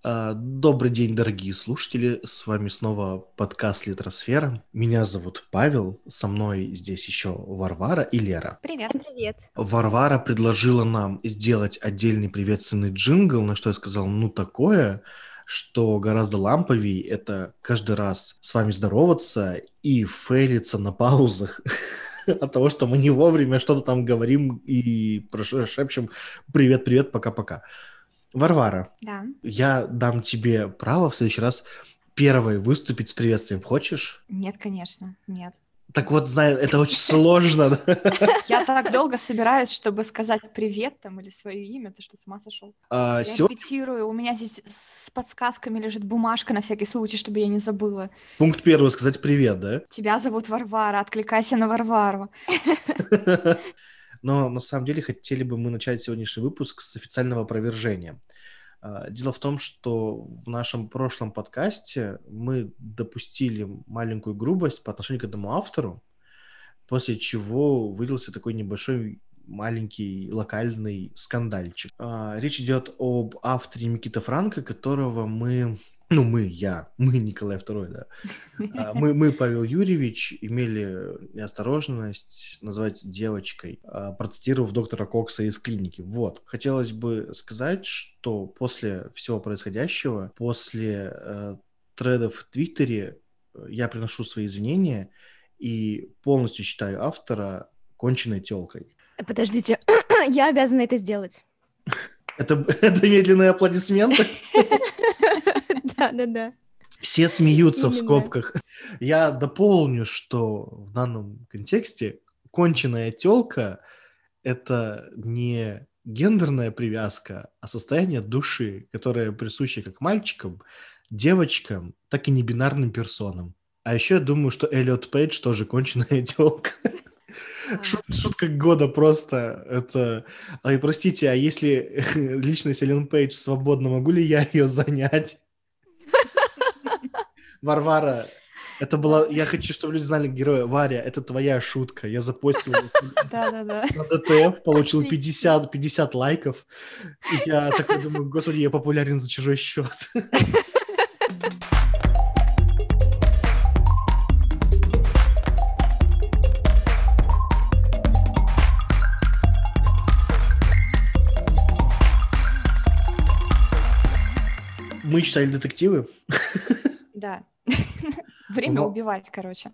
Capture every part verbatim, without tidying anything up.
А, Добрый день, дорогие слушатели. С вами снова подкаст «Литросфера». Меня зовут Павел. Со мной здесь еще Варвара и Лера. Привет. Всем привет. Варвара предложила нам сделать отдельный приветственный джингл, на что я сказал, ну такое, что гораздо ламповей это каждый раз с вами здороваться и фейлиться на паузах от того, что мы не вовремя что-то там говорим и шепчем «привет-привет, пока-пока». Варвара, Да. я дам тебе право в следующий раз первой выступить с приветствием. Хочешь? Нет, конечно, нет. Так вот, знаю, это очень сложно. Я так долго собираюсь, чтобы сказать привет там или свое имя, ты что, с ума сошел? А, Я сегодня репетирую, у меня здесь с подсказками лежит бумажка на всякий случай, чтобы я не забыла. пункт первый — сказать привет, да? Тебя зовут Варвара, откликайся на Варвару. Но на самом деле хотели бы мы начать сегодняшний выпуск с официального опровержения. А, Дело в том, что в нашем прошлом подкасте мы допустили маленькую грубость по отношению к этому автору, после чего вылился такой небольшой маленький локальный скандальчик. А, Речь идет об авторе Микита Франко, которого мы, ну мы, я, мы Николай второй, да, А, мы, мы, Павел Юрьевич, имели неосторожность назвать девочкой, а, процитировав доктора Кокса из клиники. Вот. Хотелось бы сказать, что после всего происходящего, после э, тредов в Твиттере, э, я приношу свои извинения и полностью считаю автора конченной тёлкой. Подождите, я обязана это сделать. Это, это медленные аплодисменты. Да-да-да. Все смеются в Именно. скобках. Я дополню, что в данном контексте конченная тёлка — это не гендерная привязка, а состояние души, которое присуще как мальчикам, девочкам, так и небинарным персонам. А еще я думаю, что Эллиот Пейдж тоже конченная тёлка. Шут- Шутка года просто. Это... Ай, простите, а если личность Эллен Пейдж свободна, могу ли я ее занять? Варвара, это была... Я хочу, чтобы люди знали героя. Варя, это твоя шутка. Я запостил Да-да-да. на ДТФ, получил Отлично. пятьдесят, пятьдесят лайков. И я такой думаю, господи, я популярен за чужой счет. Мы читали детективы. Да. Время Во- убивать, короче.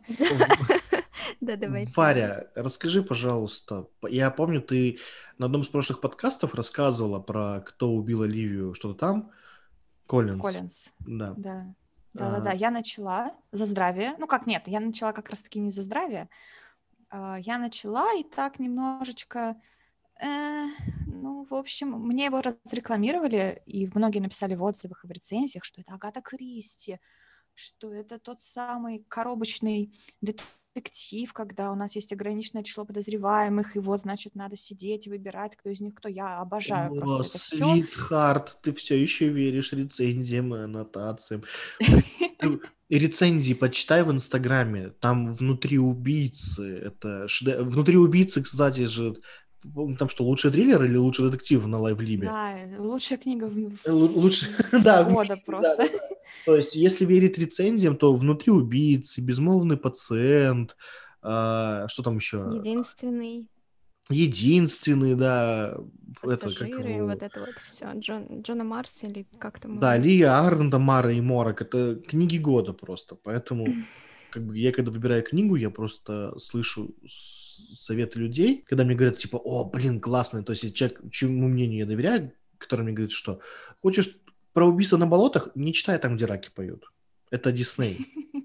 Да, давайте. Варя, расскажи, пожалуйста. Я помню, ты на одном из прошлых подкастов рассказывала про «Кто убил Оливию», что-то там. Коллинз. Коллинз. Да. Да. Да-да-да. А, Я начала за здравие. Ну как, нет, я начала как раз-таки не за здравие. А, Я начала и так немножечко... э, Ну, в общем, мне его разрекламировали, и многие написали в отзывах и в рецензиях, что это Агата Кристи, что это тот самый коробочный детектив, когда у нас есть ограниченное число подозреваемых, и вот, значит, надо сидеть и выбирать, кто из них кто. Я обожаю О, просто это все. Свитхарт, ты все еще веришь рецензиям и аннотациям. Ты рецензии почитай в Инстаграме, там внутри убийцы, это шеде- внутри убийцы, кстати же, помню, там что, лучший триллер или лучший детектив на лайвлибе? Да, лучшая книга в- в- Э, лу- Лучше, да, в года мире, просто. да, да, да. То есть, если верить рецензиям, то внутри убийцы, безмолвный пациент, а, что там еще? Единственный, Единственный, да, это как пассажиры, его... вот это вот все. Джон, Джона Марс или как там Да, его? Лия Арнда, Мара и Морок — это книги года просто, поэтому как бы я когда выбираю книгу, я просто слышу с- советы людей, когда мне говорят типа, о, блин, классно, то есть если человек, чьему мнению я доверяю, который мне говорит, что хочешь про убийство на болотах, не читай там, где раки поют, это Дисней.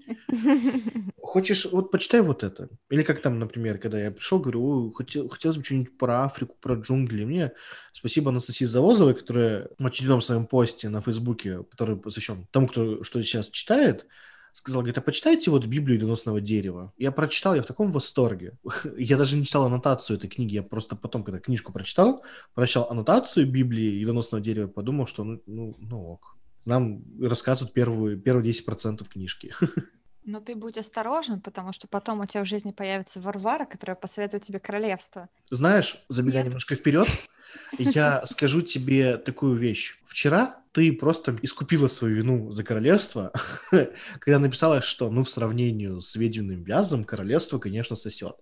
Хочешь, вот почитай вот это. Или как там, например, когда я пришел, говорю, «Ой, хотел, хотелось бы что-нибудь про Африку, про джунгли». Мне спасибо Анастасии Завозовой, которая в очередном своем посте на Фейсбуке, который посвящен тому, кто что сейчас читает, сказала, говорит, а почитайте вот Библию «Доносного дерева». Я прочитал, я в таком восторге. Я даже не читал аннотацию этой книги, я просто потом, когда книжку прочитал, прочитал аннотацию Библии и «Доносного дерева», подумал, что ну, ну, ну ок. Нам рассказывают первые, первые десять процентов книжки. Но ты будь осторожен, потому что потом у тебя в жизни появится Варвара, которая посоветует тебе королевство. Знаешь, забегая Нет? немножко вперед, Я скажу тебе такую вещь. Вчера ты просто искупила свою вину за королевство, когда написала, что, ну, в сравнении с ведьминым вязом, королевство, конечно, сосет.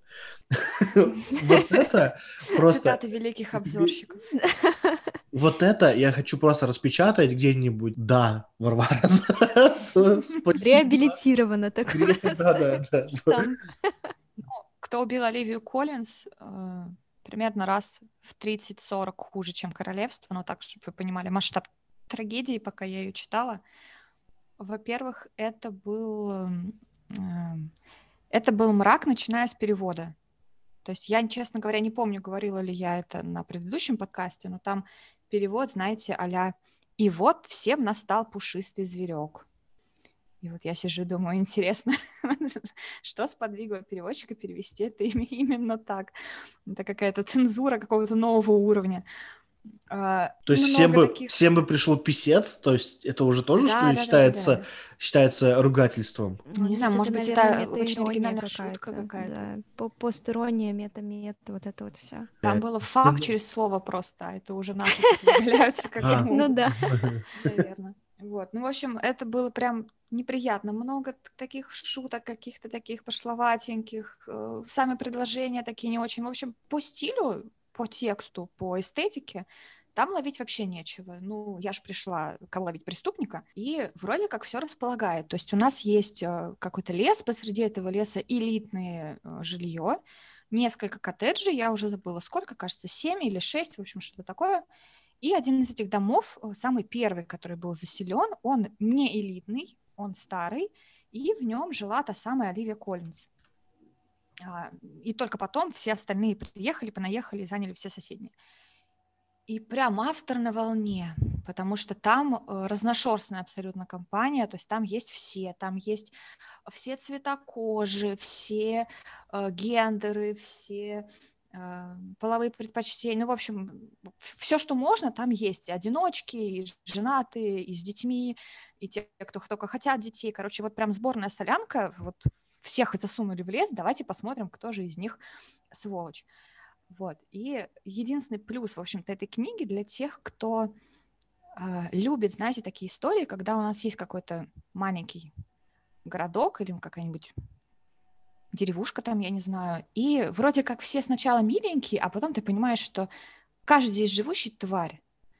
Вот это просто... Цитаты великих обзорщиков. Вот это я хочу просто распечатать где-нибудь. Да, Варвара, спасибо. Реабилитировано такое. Да, да, да. Штамп. Кто убил Оливию Коллинз, э, примерно раз в тридцать-сорок хуже, чем королевство. Но так, чтобы вы понимали масштаб трагедии, пока я ее читала. Во-первых, это был, эм, эм, это был мрак, начиная с перевода. То есть я, честно говоря, не помню, говорила ли я это на предыдущем подкасте, но там перевод, знаете, а-ля «И вот всем настал пушистый зверек». И вот я сижу и думаю, интересно, что сподвигло переводчика перевести это имя именно так. Это какая-то цензура какого-то нового уровня. А, То есть всем много бы, таких... всем бы пришло писец, то есть это уже тоже, что Да, ли, да, да, да, считается, да. считается ругательством? Ну, не знаю, Нет, может это, быть, наверное, это очень мета-ирония оригинальная шутка какая-то. какая-то. Да, по- постирония, мета-мета, вот это вот все. Там Э, было факт ну, через слово просто, а это уже наши тут выделяются как а. Ну могут. да. Наверное. Вот. Ну, в общем, это было прям неприятно. Много т- таких шуток, каких-то таких пошловатеньких, э, сами предложения такие не очень. В общем, по стилю, по тексту, по эстетике там ловить вообще нечего. Ну, я же пришла кого ловить преступника, и вроде как все располагает. То есть у нас есть э, какой-то лес, посреди этого леса элитное э, жилье, несколько коттеджей, я уже забыла сколько, кажется, семь или шесть, в общем, что-то такое. И один из этих домов, э, самый первый, который был заселен, он не элитный, он старый, и в нем жила та самая Оливия Коллинз. А, И только потом все остальные приехали, понаехали и заняли все соседние. И прям автор на волне, потому что там э, разношерстная абсолютно компания, то есть там есть все, там есть все цвета кожи, все э, гендеры, все э, половые предпочтения, ну, в общем, все, что можно, там есть. И одиночки, и женатые, и с детьми, и те, кто только хотят детей. Короче, вот прям сборная солянка, вот всех засунули в лес, давайте посмотрим, кто же из них сволочь. Вот. И единственный плюс, в общем-то, этой книги для тех, кто а, любит, знаете, такие истории, когда у нас есть какой-то маленький городок или какая-нибудь деревушка там, я не знаю, и вроде как все сначала миленькие, а потом ты понимаешь, что каждый здесь живущий тварь.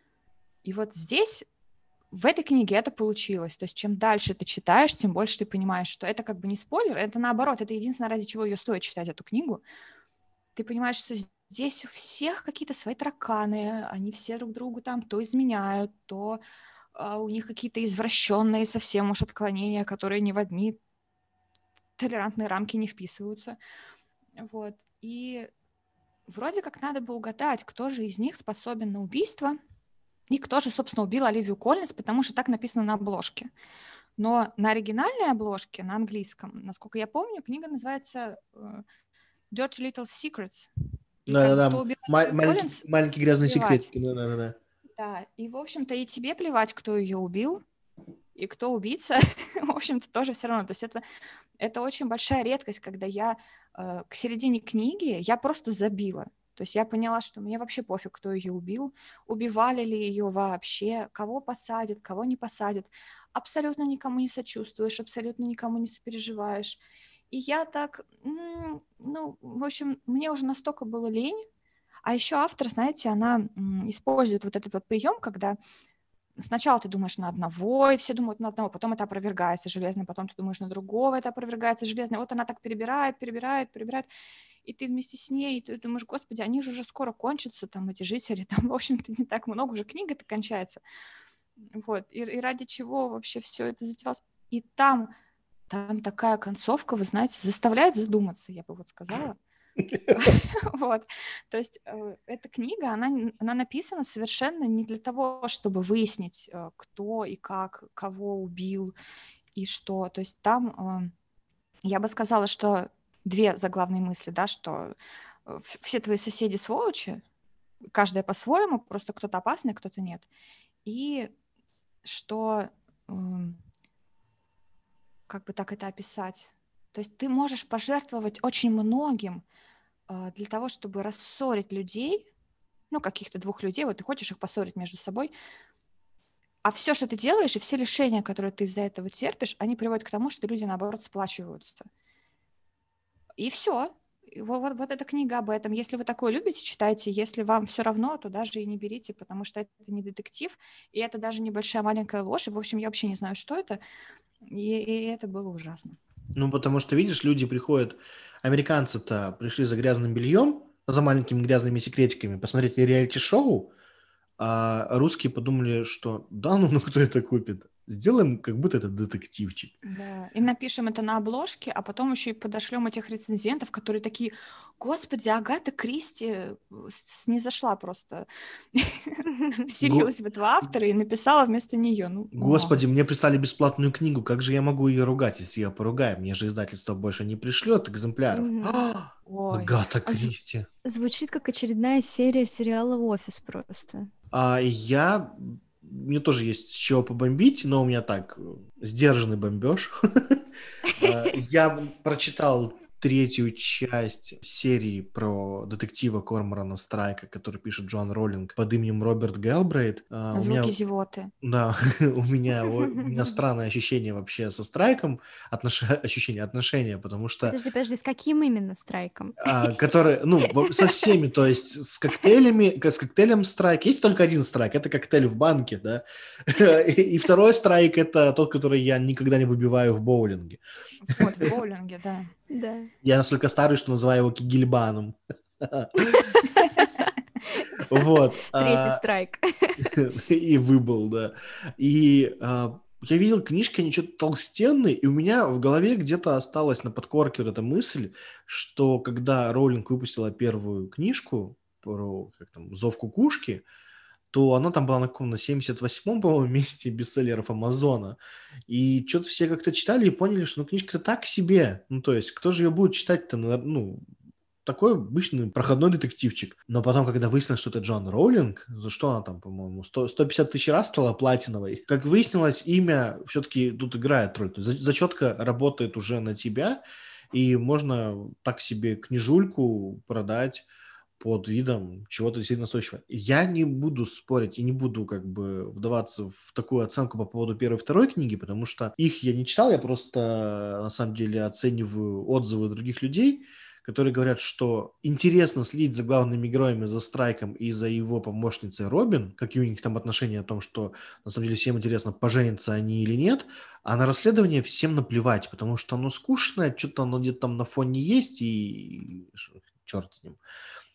И вот здесь, в этой книге это получилось. То есть чем дальше ты читаешь, тем больше ты понимаешь, что это как бы не спойлер, это наоборот, это единственное, ради чего ее стоит читать, эту книгу. Ты понимаешь, что здесь у всех какие-то свои тараканы, они все друг другу там то изменяют, то а, у них какие-то извращенные совсем уж отклонения, которые ни в одни толерантные рамки не вписываются. Вот. И вроде как надо бы угадать, кто же из них способен на убийство и кто же, собственно, убил Оливию Коллинз, потому что так написано на обложке. Но на оригинальной обложке, на английском, насколько я помню, книга называется э, Dirty Little Secrets. И как бы кто Да-да-да, убил ма- Оливию маленький, Коллинз, маленький грязный плевать. секретик, да-да-да. Да, и, в общем-то, и тебе плевать, кто ее убил, и кто убийца, в общем-то, тоже все равно. То есть это, это очень большая редкость, когда я э, к середине книги, я просто забила. То есть я поняла, что мне вообще пофиг, кто ее убил, убивали ли ее вообще, кого посадят, кого не посадят. Абсолютно никому не сочувствуешь, абсолютно никому не сопереживаешь. И я так, м, ну, в общем, мне уже настолько было лень. А еще автор, знаете, она м, использует вот этот вот прием, когда сначала ты думаешь на одного, и все думают на одного, потом это опровергается железно, потом ты думаешь на другого, это опровергается железно. И вот она так перебирает, перебирает, перебирает, и ты вместе с ней, и ты думаешь, господи, они же уже скоро кончатся, там, эти жители, там, в общем-то, не так много, уже книга-то кончается. Вот, и, и ради чего вообще все это затевалось? И там, там такая концовка, вы знаете, заставляет задуматься, я бы вот сказала. Вот. То есть э, эта книга, она, н- она написана совершенно не для того, чтобы выяснить, э, кто и как, кого убил и что. То есть там, э, я бы сказала, что две заглавные мысли, да, что э, в- все твои соседи сволочи, каждая по-своему, просто кто-то опасный, кто-то нет. И что, м, как бы так это описать? То есть ты можешь пожертвовать очень многим э, для того, чтобы рассорить людей, ну, каких-то двух людей, вот ты хочешь их поссорить между собой, а все, что ты делаешь, и все лишения, которые ты из-за этого терпишь, они приводят к тому, что люди, наоборот, сплачиваются. И все. Вот, вот, вот эта книга об этом. Если вы такое любите, читайте. Если вам все равно, то даже и не берите, потому что это не детектив, и это даже небольшая маленькая ложь. И, в общем, я вообще не знаю, что это. И, и это было ужасно. Ну, потому что, видишь, люди приходят, американцы-то пришли за грязным бельем, за маленькими грязными секретиками, посмотреть реалити-шоу, а русские подумали, что да, ну, ну кто это купит? Сделаем, как будто это детективчик. Да, и напишем это на обложке, а потом еще и подошлем этих рецензентов, которые такие: господи, Агата Кристи снизошла просто, вселилась в этого автора и написала вместо нее. Ну, Господи, мне прислали бесплатную книгу, как же я могу ее ругать, если я поругаю? Мне же издательство больше не пришлет экземпляров. А, Агата Кристи. Звучит как очередная серия сериала «Офис» просто. А я... Мне тоже есть с чего побомбить, но у меня так, сдержанный бомбеж. Я прочитал третью часть серии про детектива Корморана Страйка, который пишет Джоан Роулинг под именем Роберт Гелбрейт. Звуки зевоты. Да, у меня, у меня странное ощущение вообще со Страйком, отнош... ощущение отношения, потому что... Подожди, подожди, с каким именно Страйком? А, который, ну, со всеми, то есть с коктейлями, с коктейлем Страйк. Есть только один Страйк, это коктейль в банке, да, и, и второй Страйк это тот, который я никогда не выбиваю в боулинге. Вот, в боулинге, да. Да. Я настолько старый, что называю его кигельбаном. Вот. Третий Страйк. И выбыл, да. И я видел книжки, они что-то толстенные, и у меня в голове где-то осталась на подкорке вот эта мысль, что когда Роулинг выпустила первую книжку про как там, «Зов кукушки», то она там была на каком-то семьдесят восьмом, по-моему, месте бестселлеров Амазона. И что-то все как-то читали и поняли, что ну, книжка-то так себе. Ну, то есть, кто же ее будет читать-то, ну, такой обычный проходной детективчик. Но потом, когда выяснилось, что это Джоан Роулинг, за что она там, по-моему, сто, сто пятьдесят тысяч раз стала платиновой, как выяснилось, имя все-таки тут играет роль. То есть зачетка работает уже на тебя, и можно так себе книжульку продать под видом чего-то действительно стоящего. Я не буду спорить и не буду как бы вдаваться в такую оценку по поводу первой и второй книги, потому что их я не читал, я просто на самом деле оцениваю отзывы других людей, которые говорят, что интересно следить за главными героями, за Страйком и за его помощницей Робин, какие у них там отношения о том, что на самом деле всем интересно, поженятся они или нет, а на расследование всем наплевать, потому что оно скучное, что-то оно где-то там на фоне есть, и черт с ним.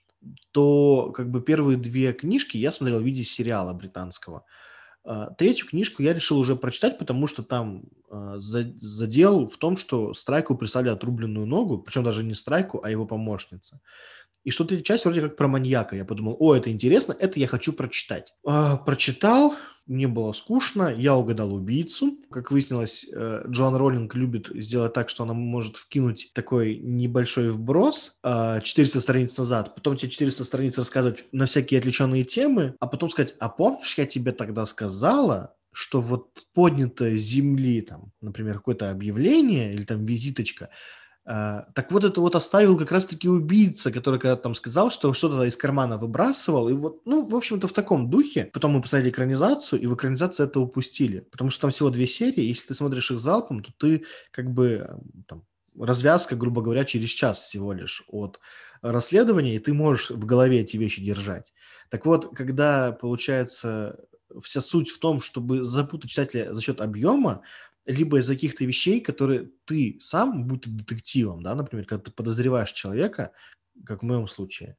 То как бы первые две книжки я смотрел в виде сериала британского. Третью книжку я решил уже прочитать, потому что там задел в том, что Страйку прислали отрубленную ногу, причем даже не Страйку, а его помощница. И что третья часть вроде как про маньяка. Я подумал, о, это интересно, это я хочу прочитать. А, прочитал, мне было скучно, я угадал убийцу. Как выяснилось, Джоан Роулинг любит сделать так, что она может вкинуть такой небольшой вброс четыреста страниц назад, потом тебе четыреста страниц рассказывать на всякие отвлеченные темы, а потом сказать, а помнишь, я тебе тогда сказала, что вот поднято с земли, там, например, какое-то объявление или там визиточка, Uh, так вот это вот оставил как раз-таки убийца, который когда-то там сказал, что что-то из кармана выбрасывал, и вот, ну, в общем-то, в таком духе. Потом мы посмотрели экранизацию, и в экранизации это упустили, потому что там всего две серии, если ты смотришь их залпом, то ты как бы, там, развязка, грубо говоря, через час всего лишь от расследования, и ты можешь в голове эти вещи держать. Так вот, когда, получается, вся суть в том, чтобы запутать читателя за счет объема, либо из-за каких-то вещей, которые ты сам, будь ты детективом, да, например, когда ты подозреваешь человека, как в моем случае,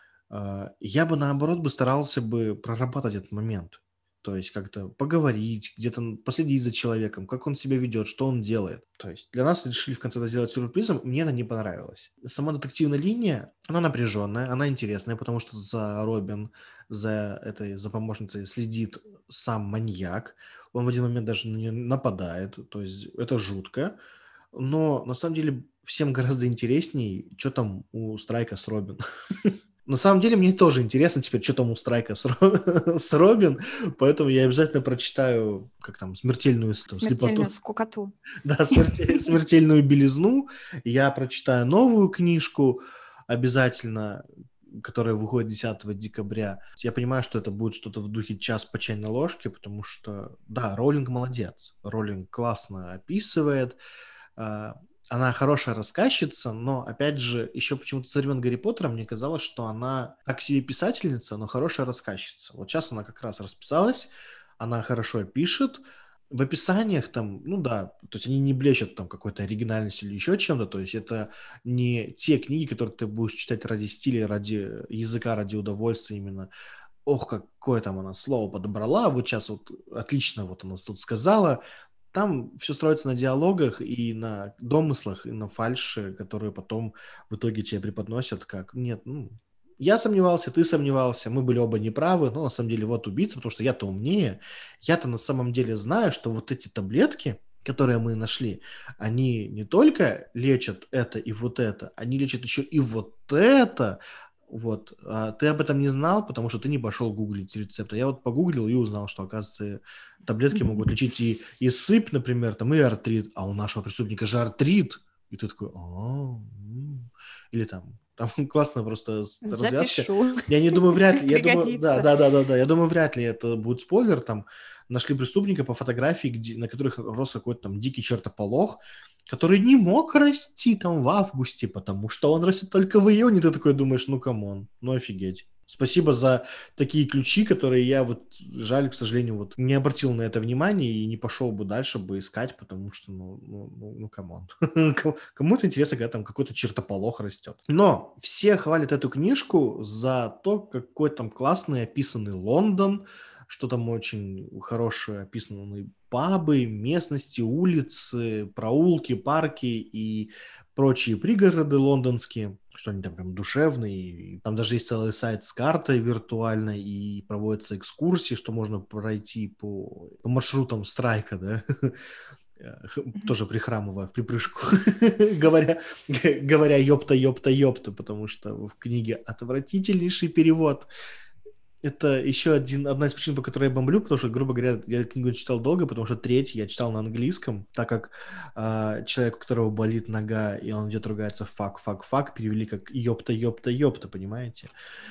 я бы, наоборот, бы старался бы прорабатывать этот момент. То есть как-то поговорить, где-то последить за человеком, как он себя ведет, что он делает. То есть для нас решили в конце это сделать сюрпризом, мне это не понравилось. Сама детективная линия, она напряженная, она интересная, потому что за Робин, за этой, за помощницей следит сам маньяк. Он в один момент даже на нее нападает, то есть это жутко. Но на самом деле всем гораздо интересней, что там у Страйка с Робин. На самом деле мне тоже интересно теперь, что там у Страйка с, Ро... с Робин, поэтому я обязательно прочитаю, как там, смертельную, там, смертельную слепоту. скукоту. Да, смерти... смертельную белизну. Я прочитаю новую книжку обязательно. которая выходит десятого декабря. Я понимаю, что это будет что-то в духе «Час по чайной ложке», потому что, да, Роулинг молодец. Роулинг классно описывает, а, она хорошая рассказчица, но, опять же, еще почему-то со времен Гарри Поттера мне казалось, что она так себе писательница, но хорошая рассказчица. Вот сейчас она как раз расписалась, она хорошо пишет, в описаниях там, ну да, то есть они не блещут там какой-то оригинальностью или еще чем-то, то есть это не те книги, которые ты будешь читать ради стиля, ради языка, ради удовольствия именно. Ох, какое там она слово подобрала, вот сейчас вот отлично вот она тут сказала. Там все строится на диалогах и на домыслах, и на фальше, которые потом в итоге тебе преподносят как нет, ну, я сомневался, ты сомневался, мы были оба неправы, но на самом деле вот убийца, потому что я-то умнее, я-то на самом деле знаю, что вот эти таблетки, которые мы нашли, они не только лечат это и вот это, они лечат еще и вот это. Вот. А ты об этом не знал, потому что ты не пошел гуглить рецепт. А я вот погуглил и узнал, что, оказывается, таблетки могут лечить и, и сыпь, например, там, и артрит. А у нашего преступника же артрит. И ты такой, а, м». Или там, там классно просто с- развязка. Запишу. Я не думаю, вряд ли, я думаю, да, Пригодится. да, да, да, да, я думаю, вряд ли это будет спойлер, там, нашли преступника по фотографии, где, на которых рос какой-то там дикий чертополох, который не мог расти там в августе, потому что он растет только в июне. Ты такой думаешь, ну камон, ну офигеть. Спасибо за такие ключи, которые я вот, жаль, к сожалению, вот не обратил на это внимание и не пошел бы дальше бы искать, потому что, ну, ну, ну, ну камон. Кому-то интересно, когда там какой-то чертополох растет. Но все хвалят эту книжку за то, какой там классный описанный Лондон, что там очень хорошие описаны пабы, местности, улицы, проулки, парки и прочие пригороды лондонские, что они там прям душевные. И там даже есть целый сайт с картой виртуальной, и проводятся экскурсии, что можно пройти по, по маршрутам Страйка, да, Х- тоже прихрамывая в припрыжку, говоря, г- говоря ёпта, ёпта, ёпта, потому что в книге отвратительнейший перевод. Это еще один, одна из причин, по которой я бомблю, потому что, грубо говоря, я книгу читал долго, потому что третий я читал на английском, так как а, человек, у которого болит нога, и он идет ругается фак, фак, фак, перевели как ёпта, ёпта, ёпта, понимаете?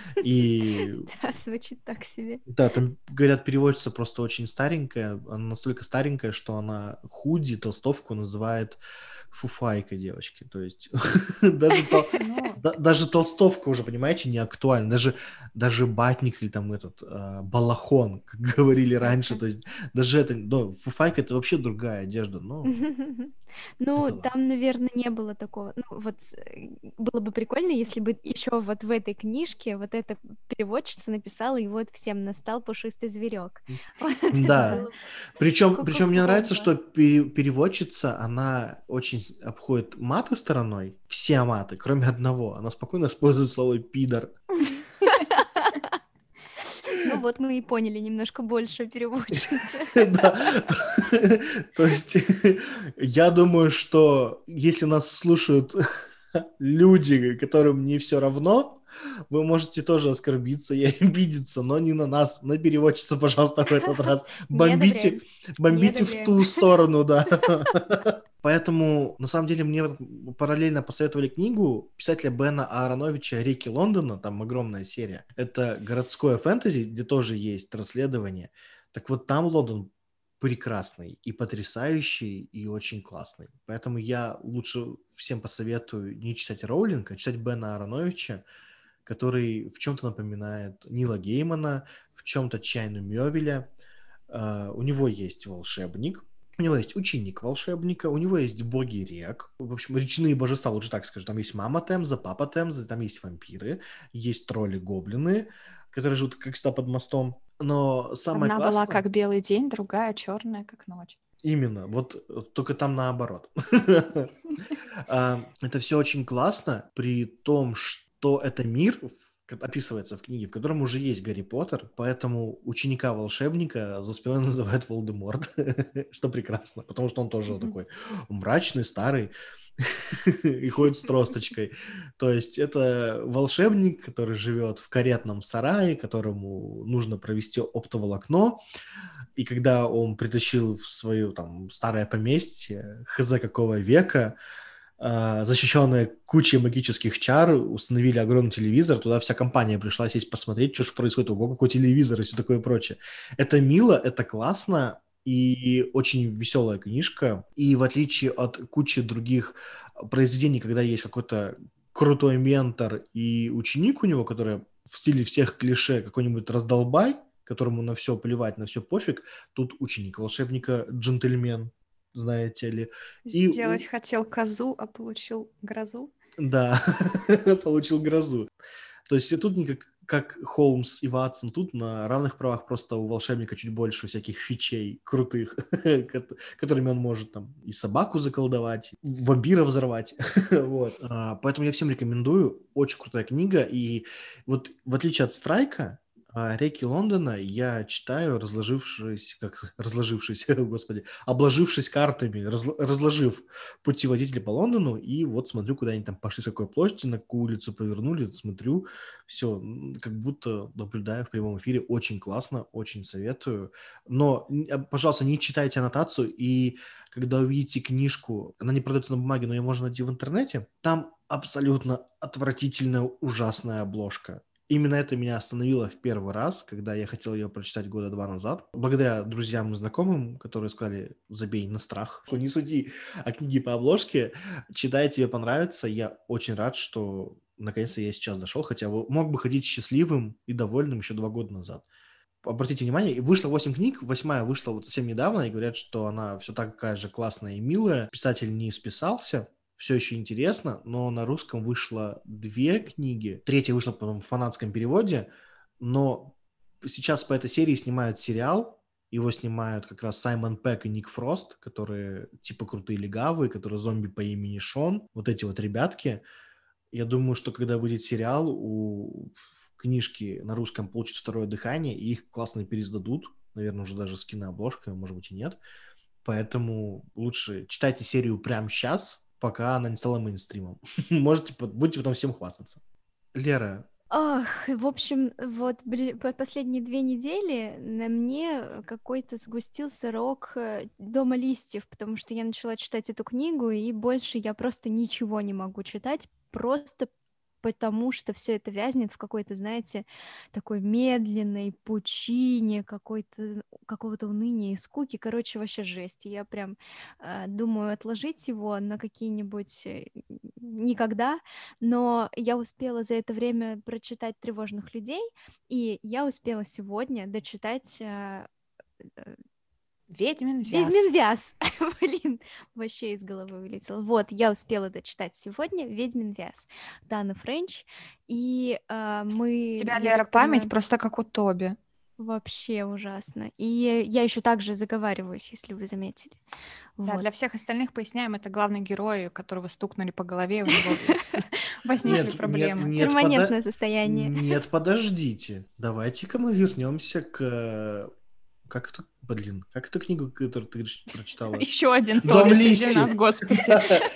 И Да, звучит так себе. да, там, говорят, переводчица просто очень старенькая, она настолько старенькая, что она худи, толстовку называет фуфайкой девочки, то есть даже, тол- Ну, да- даже толстовка уже, понимаете, не актуальна, даже, даже батник или там этот а, балахон, как говорили раньше, то есть даже это, ну, фуфайка это вообще другая одежда, ну, Ну, это ладно. там, наверное, не было такого. Ну, вот э, было бы прикольно, если бы еще вот в этой книжке вот эта переводчица написала, и вот всем настал пушистый зверек. Вот это Да, было бы причем, причем мне нравится, Кока-Бомба. что пере- переводчица, она очень с- обходит маты стороной, все маты, кроме одного. Она спокойно использует слово «пидор». Ну вот мы и поняли немножко больше переводчицы. Да. То есть я думаю, что если нас слушают люди, которым не все равно, вы можете тоже оскорбиться и обидеться, но не на нас, на переводчицу, пожалуйста, в этот раз. Не Бомбите, одобряем. Не бомбите в одобряем. ту сторону, да. Поэтому, на самом деле, мне вот параллельно посоветовали книгу писателя Бена Аароновича «Реки Лондона», там огромная серия. Это городское фэнтези, где тоже есть расследование. Так вот, там Лондон прекрасный и потрясающий, и очень классный. Поэтому я лучше всем посоветую не читать Роулинга, а читать Бена Аароновича, который в чем-то напоминает Нила Геймана, в чем-то Чайну Мёвеля. А, у него есть волшебник, у него есть ученик волшебника, у него есть боги рек, в общем, речные божества, лучше так скажу. Там есть мама Темза, папа Темза, там есть вампиры, есть тролли-гоблины, которые живут, как всегда, под мостом. Но самое одна была классное... как белый день, другая черная, как ночь. Именно, вот э, только там наоборот. А, Это все очень классно, при том, что это мир, в- как описывается в книге, в котором уже есть Гарри Поттер, поэтому ученика-волшебника за спиной называют Волдеморт, что прекрасно, потому что он тоже Мгм. такой мрачный, старый и ходит с тросточкой. То есть это волшебник, который живет в каретном сарае, которому нужно провести оптоволокно, и когда он притащил в свое там старое поместье, хз какого века, защищенная кучей магических чар, установили огромный телевизор, туда вся компания пришла сесть посмотреть, что же происходит, ого, какой телевизор и все такое прочее. Это мило, это классно, и очень веселая книжка. И в отличие от кучи других произведений, когда есть какой-то крутой ментор и ученик у него, который в стиле всех клише какой-нибудь раздолбай, которому на все плевать, на все пофиг, тут ученик волшебника джентльмен, знаете ли. И Сделать хотел козу, а получил грозу. Да, получил грозу. То есть и тут не как, как Холмс и Ватсон, тут на равных правах просто у волшебника чуть больше всяких фичей крутых, которыми он может там и собаку заколдовать, вампира взорвать. Вот. А, поэтому я всем рекомендую. Очень крутая книга. И вот в отличие от Страйка, а «Реки Лондона» я читаю, разложившись, как разложившись, господи, обложившись картами, разл- разложив путеводитель по Лондону, и вот смотрю, куда они там пошли, с какой площади, на какую улицу повернули, смотрю, все, как будто наблюдаю в прямом эфире. Очень классно, очень советую. Но, н- пожалуйста, не читайте аннотацию, и когда увидите книжку, она не продается на бумаге, но ее можно найти в интернете, там абсолютно отвратительная, ужасная обложка. Именно это меня остановило в первый раз, когда я хотел ее прочитать года два назад. Благодаря друзьям и знакомым, которые сказали, забей на страх, не суди о книге по обложке, читай, тебе понравится. Я очень рад, что наконец-то я сейчас дошел, хотя мог бы ходить счастливым и довольным еще два года назад. Обратите внимание, вышло восемь книг, восьмая вышла вот совсем недавно, и говорят, что она все такая же классная и милая. Писатель не списался, все еще интересно, но на русском вышло две книги. Третья вышла, по-моему, в фанатском переводе, но сейчас по этой серии снимают сериал. Его снимают как раз Саймон Пегг и Ник Фрост, которые типа крутые легавые, которые зомби по имени Шон. Вот эти вот ребятки. Я думаю, что когда выйдет сериал, у книжки на русском получат второе дыхание, и их классно переиздадут. Наверное, уже даже с кинообложкой, может быть и нет. Поэтому лучше читайте серию прямо сейчас, пока она не стала мейнстримом. Можете, будете потом всем хвастаться. Лера. Ах, в общем, вот бли- по- последние две недели на мне какой-то сгустился рок э, «Дома листьев», потому что я начала читать эту книгу, и больше я просто ничего не могу читать, просто потому что все это вязнет в какой-то, знаете, такой медленной пучине, какой-то, какого-то уныния и скуки. Короче, вообще жесть. И я прям э, думаю отложить его на какие-нибудь э, никогда, но я успела за это время прочитать «Тревожных людей», и я успела сегодня дочитать э, э, Ведьмин вяз. «Ведьмин вяз». Блин, вообще из головы вылетело. Вот, я успела дочитать сегодня «Ведьмин вяз» Даны Френч, и э, мы... У тебя, я Лера, так память понимаю, просто как у Тоби. вообще ужасно. И я еще также заговариваюсь, если вы заметили. Да, Вот. для всех остальных поясняем, это главный герой, которого стукнули по голове, у него возникли Нет, проблемы. нет, нет, Перманентное пода- состояние. нет, подождите. Давайте-ка мы вернемся к... Как это, блин, как эту книгу, которую ты говоришь, прочитала? Еще один «Дом Тоби среди листьев». нас, господи.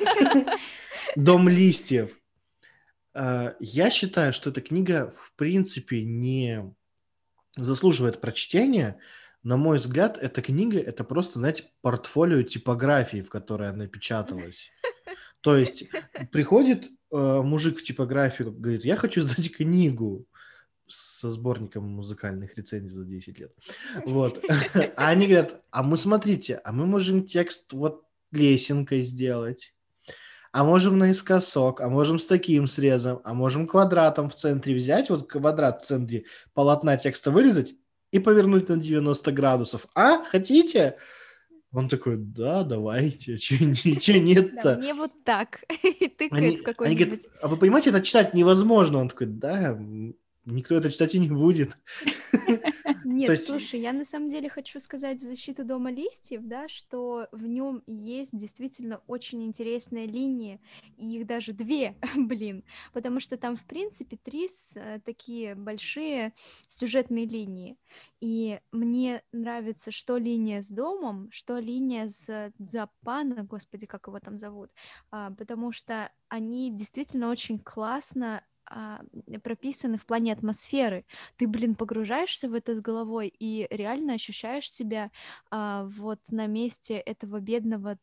«Дом листьев». А, Я считаю, что эта книга, в принципе, не заслуживает прочтения. На мой взгляд, эта книга – это просто, знаете, портфолио типографии, в которой она печаталась. То есть приходит э, мужик в типографию, говорит, я хочу сдать книгу со сборником музыкальных рецензий за десять лет. Вот. А они говорят, а мы, смотрите, а мы можем текст вот лесенкой сделать, а можем наискосок, а можем с таким срезом, а можем квадратом в центре взять, вот квадрат в центре полотна текста вырезать и повернуть на девяносто градусов. А, хотите? Он такой, да, давайте, че Да, нет-то? мне вот так. И тыкает в Они, они какой-нибудь... говорят, а вы понимаете, это читать невозможно. Он такой, да, м, никто это читать и не будет. То Нет, есть, слушай, я на самом деле хочу сказать в защиту «Дома листьев», да, что в нем есть действительно очень интересная линия, и их даже две, блин, потому что там, в принципе, три с- э, такие большие сюжетные линии, и мне нравится что линия с домом, что линия с Дзапана, господи, как его там зовут, а, потому что они действительно очень классно а, прописаны в плане атмосферы. Ты, блин, погружаешься в это с головой и реально ощущаешь себя а, вот на месте этого бедного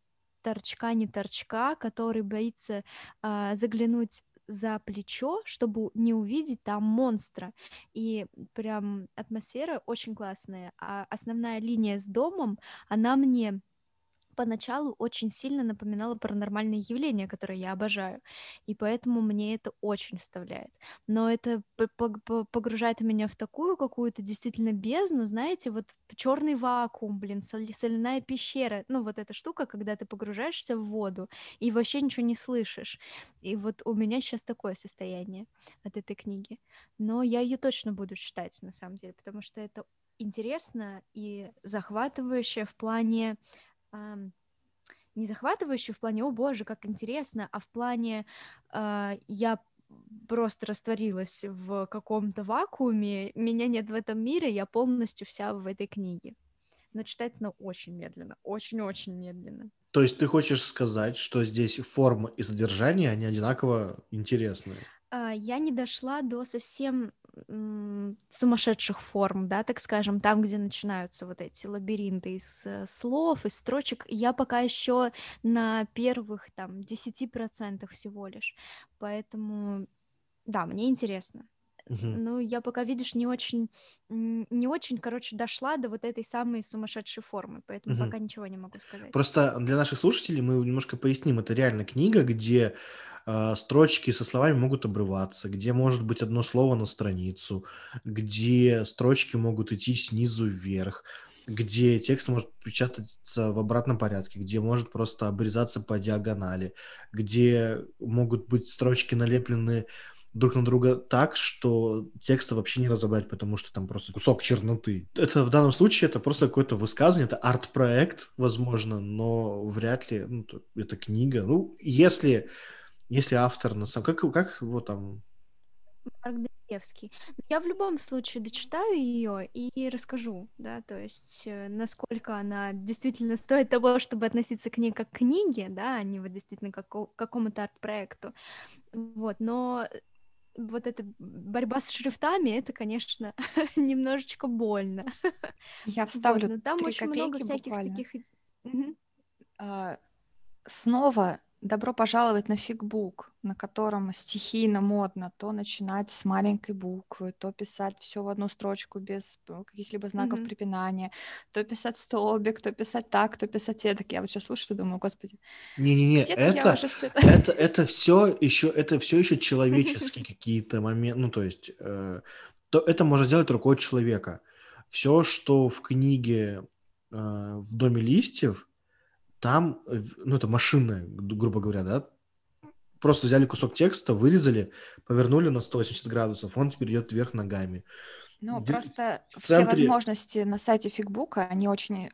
торчка не торчка, который боится а, заглянуть за плечо, чтобы не увидеть там монстра. И прям атмосфера очень классная. А основная линия с домом, она мне поначалу очень сильно напоминала паранормальные явления, которые я обожаю, и поэтому мне это очень вставляет. Но это п- пог- по- погружает меня в такую какую-то действительно бездну, знаете, вот черный вакуум, блин, соли- соляная пещера, ну вот эта штука, когда ты погружаешься в воду и вообще ничего не слышишь. И вот у меня сейчас такое состояние от этой книги. Но я ее точно буду читать, на самом деле, потому что это интересно и захватывающе в плане ам, не захватывающую в плане, о боже, как интересно, а в плане а, я просто растворилась в каком-то вакууме, меня нет в этом мире, я полностью вся в этой книге. Но читать она очень медленно, очень-очень медленно. То есть ты хочешь сказать, что здесь форма и содержание, они одинаково интересные? А, Я не дошла до совсем м, сумасшедших форм, да, так скажем, там, где начинаются вот эти лабиринты из э, слов, из строчек. Я пока еще на первых там десяти процентах всего лишь, поэтому да, мне интересно. Мгм. Ну, я пока, видишь, не очень, м, не очень, короче, дошла до вот этой самой сумасшедшей формы, поэтому Мгм. пока ничего не могу сказать. Просто для наших слушателей мы немножко поясним. Это реально книга, где а, строчки со словами могут обрываться, где может быть одно слово на страницу, где строчки могут идти снизу вверх, где текст может печататься в обратном порядке, где может просто обрезаться по диагонали, где могут быть строчки налеплены друг на друга так, что текста вообще не разобрать, потому что там просто кусок черноты. Это в данном случае это просто какое-то высказывание, это арт-проект, возможно, но вряд ли ну, то- это книга. Ну, если, если автор на самом... Как, как его там... Марк Достоевский. Но я в любом случае дочитаю ее и расскажу, да, то есть э, насколько она действительно стоит того, чтобы относиться к ней как к книге, да, а не вот действительно как к какому-то арт-проекту. Вот, но э, вот эта борьба с шрифтами, это, конечно, немножечко больно. Я Вот, вставлю но там три очень много копейки всяких буквально. таких... Мгм. А, Снова добро пожаловать на фигбук, на котором стихийно модно то начинать с маленькой буквы, то писать все в одну строчку без п- каких-либо знаков Мгм. препинания, то писать столбик, то писать так, то писать эдак. Я вот сейчас слушаю, думаю, господи, Не-не-не, где-то я это, уже все это... это, это все еще, это все еще человеческие какие-то моменты, ну, то есть, э, то это можно сделать рукой человека. Все, что в книге э, «В доме листьев», там, э, в- ну, это машинное, г- грубо говоря, да, просто взяли кусок текста, вырезали, повернули на сто восемьдесят градусов, он теперь идет вверх ногами. Ну, Д- просто В все центре возможности на сайте фигбука, они очень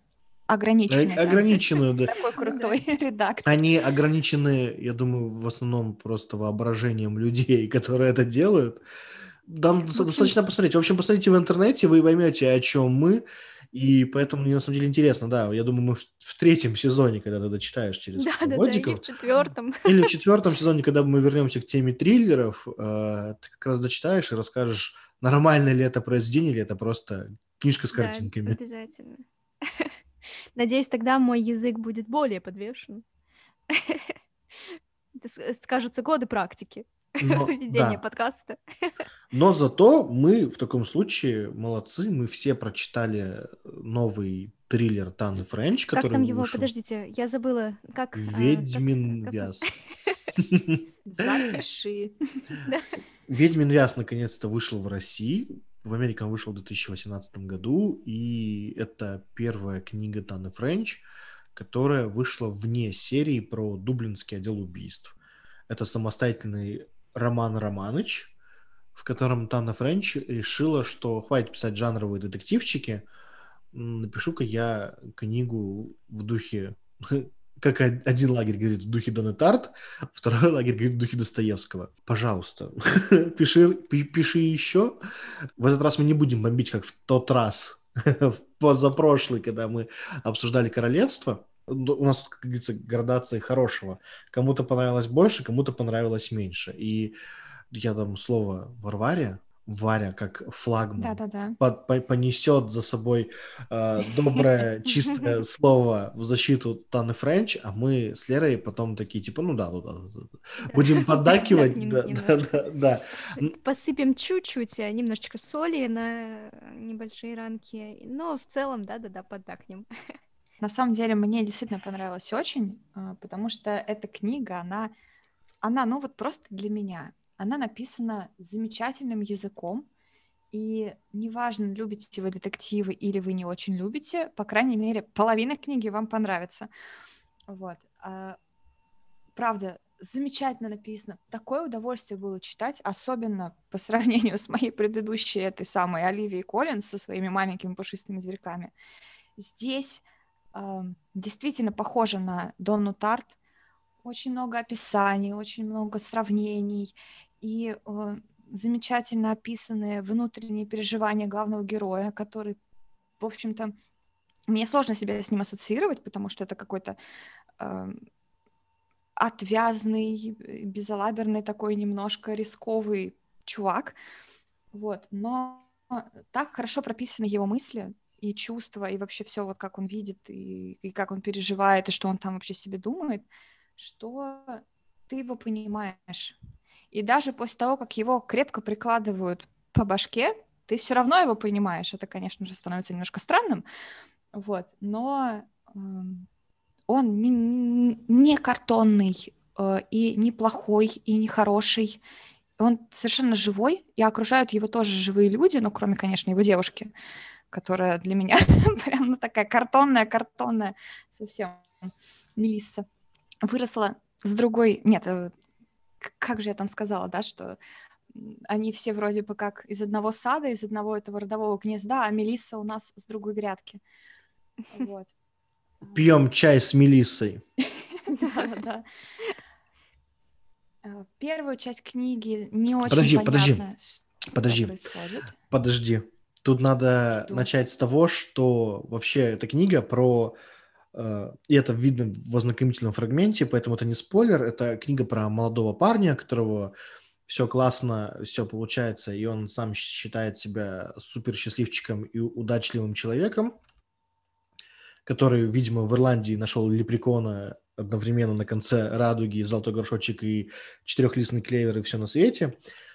э, ограничены. Там ограниченную, да, такой Ну да. крутой редактор. они ограничены, я думаю, в основном просто воображением людей, которые это делают. Там В доста- общем, достаточно посмотреть. В общем, посмотрите в интернете, вы поймете, о чем мы. И поэтому мне на самом деле интересно, да. Я думаю, мы в, в третьем сезоне, когда ты дочитаешь через пару да-да-да, или в годиков, четвертом. или в четвертом сезоне, когда мы вернемся к теме триллеров, э, ты как раз дочитаешь и расскажешь, нормально ли это произведение, или это просто книжка с Да, картинками. обязательно. Надеюсь, тогда мой язык будет более подвешен. Это с- скажутся годы практики Но ведения да, подкаста. но зато мы в таком случае молодцы, мы все прочитали новый триллер Таны Френч, Как который там его? вышел. Подождите, я забыла. Как, а, как, Ведьмин как он? вяз. Запиши. Да. Ведьмин вяз наконец-то вышел в России. В Америке он вышел в две тысячи восемнадцатом году, и это первая книга Таны Френч, которая вышла вне серии про Дублинский отдел убийств. Это самостоятельный роман Романыч, в котором Тана Френч решила, что хватит писать жанровые детективчики, м, напишу-ка я книгу в духе, как од- один лагерь говорит, в духе Донны Тарт, второй лагерь говорит в духе Достоевского. Пожалуйста, пиши, пи- пиши еще. В этот раз мы не будем бомбить, как в тот раз, в позапрошлый, когда мы обсуждали королевство. Ну, у нас, тут, как говорится, градация хорошего. Кому-то понравилось больше, кому-то понравилось меньше. И я дам слово Варваре. Варя, как флагман, Да-да-да. по- по- понесет за собой э, доброе, чистое слово в защиту Таны Френч, а мы с Лерой потом такие, типа, ну да, ну да, да, да. Да, Будем поддакивать, поддакнем да, да, немножко. да, да. Н- Посыпем чуть-чуть, э, немножечко соли на небольшие ранки, но в целом, да-да-да, поддакнем. На самом деле мне действительно понравилось очень, а, потому что эта книга, она, она, ну вот просто для меня. Она написана замечательным языком, и неважно, любите вы детективы или вы не очень любите, по крайней мере, половина книги вам понравится. Вот. А, правда, замечательно написано. Такое удовольствие было читать, особенно по сравнению с моей предыдущей, этой самой Оливией Коллинз со своими маленькими пушистыми зверьками. Здесь ам, действительно похоже на Донну Тарт. Очень много описаний, очень много сравнений и э, замечательно описанные внутренние переживания главного героя, который, в общем-то, мне сложно себя с ним ассоциировать, потому что это какой-то эм, отвязный, э, безалаберный такой немножко рисковый чувак. Вот. Но так хорошо прописаны его мысли и чувства, и вообще все, вот как он видит, и, и как он переживает, и что он там вообще себе думает, что ты его понимаешь. И даже после того, как его крепко прикладывают по башке, ты все равно его понимаешь. Это, конечно же, становится немножко странным, вот, но эм, он не, не картонный, э, и не плохой, и не хороший. Он совершенно живой, и окружают его тоже живые люди, ну, кроме, конечно, его девушки, которая для меня прям ну, такая картонная-картонная совсем Мелисса. Выросла с другой... Нет, э, к- как же я там сказала, да, что м, они все вроде бы как из одного сада, из одного этого родового гнезда, а Мелисса у нас с другой грядки. Вот. Пьем чай с Мелиссой. Да-да-да. Э, Первую часть книги не очень Подожди, подожди, понятно, что подожди, происходит. подожди. Тут надо Жду. начать с того, что вообще эта книга про... э, И это видно в ознакомительном фрагменте, поэтому это не спойлер. Это книга про молодого парня, которого все классно, все получается, и он сам считает себя супер счастливчиком и удачливым человеком, который, видимо, в Ирландии нашел лепрекона одновременно на конце радуги, золотой горшочек и четырехлистный клевер и все на свете.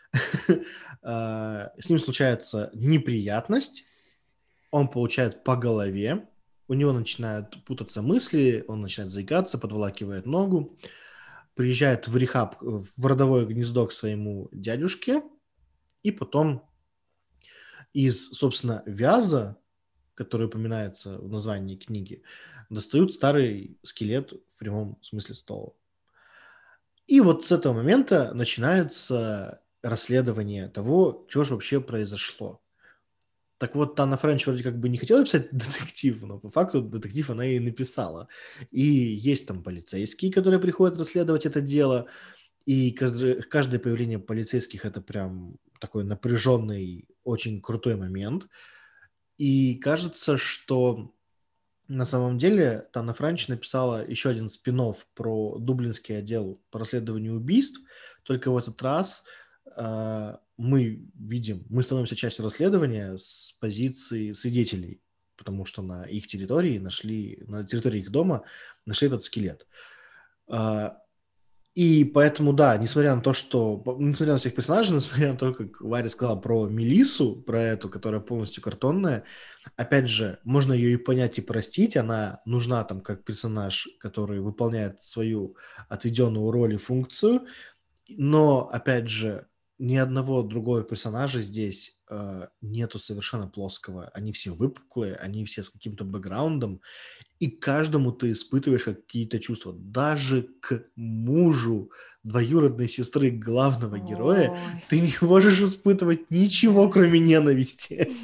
А, С ним случается неприятность, он получает по голове, у него начинают путаться мысли, он начинает заикаться, подволакивает ногу, приезжает в рехаб, в родовое гнездо к своему дядюшке, и потом из, собственно, вяза, который упоминается в названии книги, достают старый скелет в прямом смысле слова. И вот с этого момента начинается расследование того, что же вообще произошло. Так вот, Тана Френч вроде как бы не хотела писать детектив, но по факту детектив она и написала. И есть там полицейские, которые приходят расследовать это дело, и каждое, каждое появление полицейских – это прям такой напряженный, очень крутой момент. И кажется, что на самом деле Тана Френч написала еще один спин-офф про Дублинский отдел по расследованию убийств, только в этот раз э, мы видим, мы становимся частью расследования с позиции свидетелей, потому что на их территории нашли, на территории их дома нашли этот скелет. Э, и поэтому, да, несмотря на то, что... Несмотря на всех персонажей, несмотря на то, как Варя сказала про Мелиссу, про эту, которая полностью картонная, опять же, можно ее и понять, и простить. Она нужна там как персонаж, который выполняет свою отведенную роль и функцию. Но, опять же, ни одного другого персонажа здесь э, нету совершенно плоского. Они все выпуклые, они все с каким-то бэкграундом. И каждому ты испытываешь какие-то чувства. Даже к мужу двоюродной сестры главного героя Ой, ты не можешь испытывать ничего, да. кроме ненависти.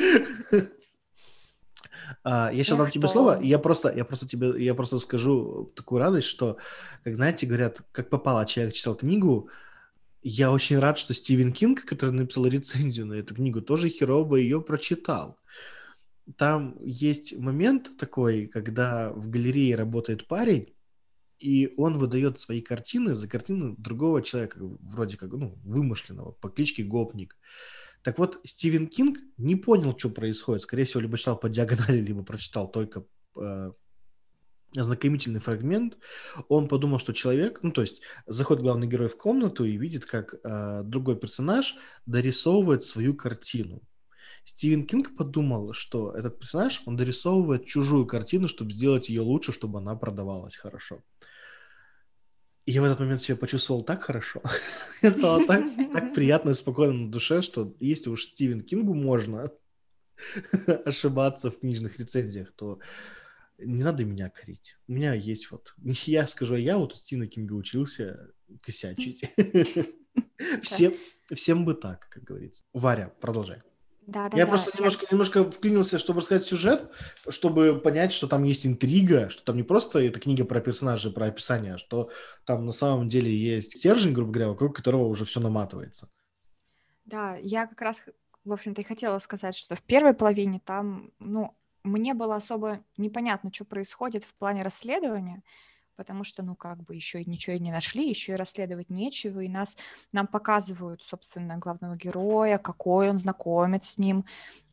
А, Я сейчас Эх, дам тебе слово, то. и я просто, я просто тебе, я просто скажу такую радость, что, как знаете, говорят, как попало, человек читал книгу. Я очень рад, что Стивен Кинг, который написал рецензию на эту книгу, тоже херово ее прочитал. Там есть момент такой, когда в галерее работает парень, и он выдает свои картины за картины другого человека, вроде как, ну, вымышленного, по кличке Гопник. Так вот, Стивен Кинг не понял, что происходит. Скорее всего, либо читал по диагонали, либо прочитал только э, ознакомительный фрагмент. Он подумал, что человек, ну, то есть, заходит главный герой в комнату и видит, как э, другой персонаж дорисовывает свою картину. Стивен Кинг подумал, что этот персонаж, он дорисовывает чужую картину, чтобы сделать ее лучше, чтобы она продавалась хорошо. И я в этот момент себя почувствовал так хорошо. Мне стало так, так приятно и спокойно на душе, что если уж Стивен Кингу можно ошибаться в книжных рецензиях, то не надо меня корить. У меня есть вот... Я скажу, я вот у Стивена Кинга учился косячить. Всем, всем бы так, как говорится. Варя, продолжай. Да, да, Я да. просто немножко, немножко вклинился, чтобы рассказать сюжет, чтобы понять, что там есть интрига, что там не просто эта книга про персонажей, про описание, а что там на самом деле есть стержень, грубо говоря, вокруг которого уже все наматывается. Да, я как раз, в общем-то, и хотела сказать, что в первой половине там, ну, мне было особо непонятно, что происходит в плане расследования, потому что, ну, как бы еще и ничего и не нашли, еще и расследовать нечего, и нас, нам показывают, собственно, главного героя, какой он, знакомит с ним,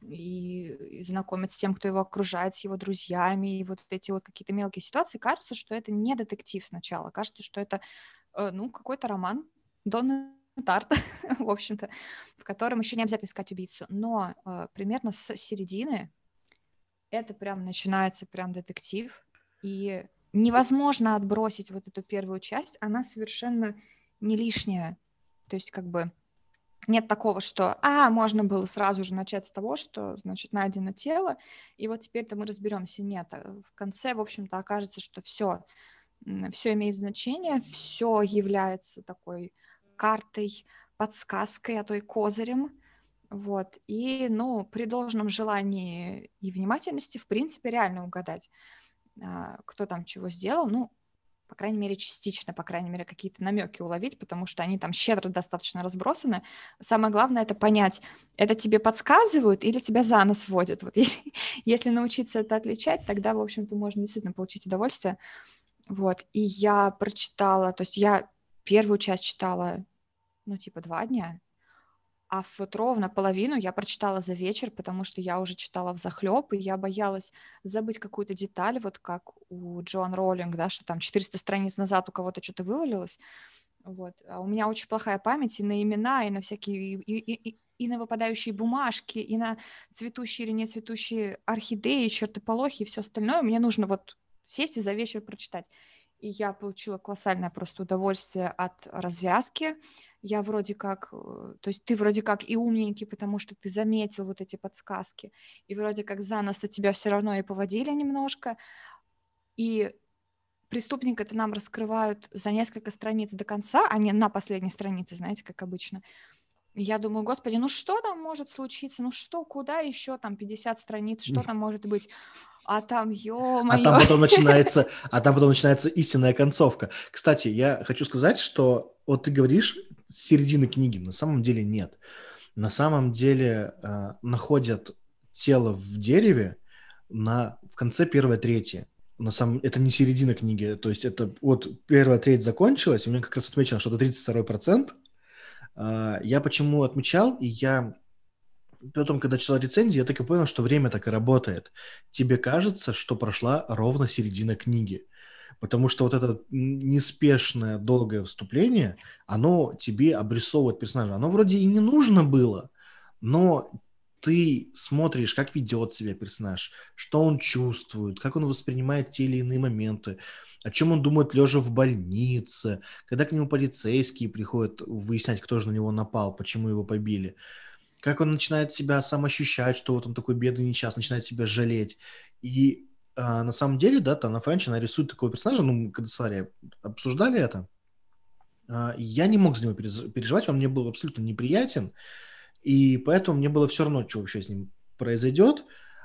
и, и знакомит с тем, кто его окружает, с его друзьями, и вот эти вот какие-то мелкие ситуации. Кажется, что это не детектив сначала, кажется, что это, э, ну, какой-то роман Донны Тарт, в общем-то, в котором еще не обязательно искать убийцу, но э, примерно с середины это прям начинается прям детектив, и невозможно отбросить вот эту первую часть, она совершенно не лишняя. То есть как бы нет такого, что, а, можно было сразу же начать с того, что, значит, найдено тело, и вот теперь-то мы разберемся. Нет, в конце, в общем-то, окажется, что все, все имеет значение, все является такой картой, подсказкой, а то и козырем. Вот. И, ну, при должном желании и внимательности, в принципе, реально угадать, кто там чего сделал, ну, по крайней мере, частично, по крайней мере, какие-то намеки уловить, потому что они там щедро достаточно разбросаны. Самое главное — это понять, это тебе подсказывают или тебя за нос водят. Вот если, если научиться это отличать, тогда, в общем-то, можно действительно получить удовольствие. Вот. И я прочитала, то есть я первую часть читала, ну, типа, два дня, а вот ровно половину я прочитала за вечер, потому что я уже читала взахлёб, и я боялась забыть какую-то деталь, вот как у Джоан Роулинг, да, что там четыреста страниц назад у кого-то что-то вывалилось. Вот. А у меня очень плохая память и на имена, и на всякие, и, и, и, и на выпадающие бумажки, и на цветущие или не цветущие орхидеи, чертополохи и все остальное. Мне нужно вот сесть и за вечер прочитать. И я получила колоссальное просто удовольствие от развязки. Я вроде как, то есть ты вроде как и умненький, потому что ты заметил вот эти подсказки, и вроде как за нос-то тебя все равно и поводили немножко, и преступника это нам раскрывают за несколько страниц до конца, а не на последней странице, знаете, как обычно. И я думаю, господи, ну что там может случиться, ну что, куда еще там пятьдесят страниц, что там может быть? А там, ё-моё. А там потом начинается, а там потом начинается истинная концовка. Кстати, я хочу сказать, что вот ты говоришь с середины книги, на самом деле нет. На самом деле э, находят тело в дереве на, в конце первой трети. На самом, это не середина книги, то есть это вот первая треть закончилась, у меня как раз отмечено, что это тридцать второй процент. Э, я почему отмечал, и я... Потом, когда читал рецензии, я так и понял, что время так и работает. Тебе кажется, что прошла ровно середина книги. Потому что вот это неспешное, долгое вступление, оно тебе обрисовывает персонажа. Оно вроде и не нужно было, но ты смотришь, как ведет себя персонаж, что он чувствует, как он воспринимает те или иные моменты, о чем он думает, лежа в больнице, когда к нему полицейские приходят выяснять, кто же на него напал, почему его побили. Как он начинает себя сам ощущать, что вот он такой бедный несчастный, начинает себя жалеть. И а, на самом деле, да, Тана Френч, она рисует такого персонажа, ну, мы когда с Ларри обсуждали это, а, я не мог за него переживать, он мне был абсолютно неприятен, и поэтому мне было все равно, что вообще с ним произойдет,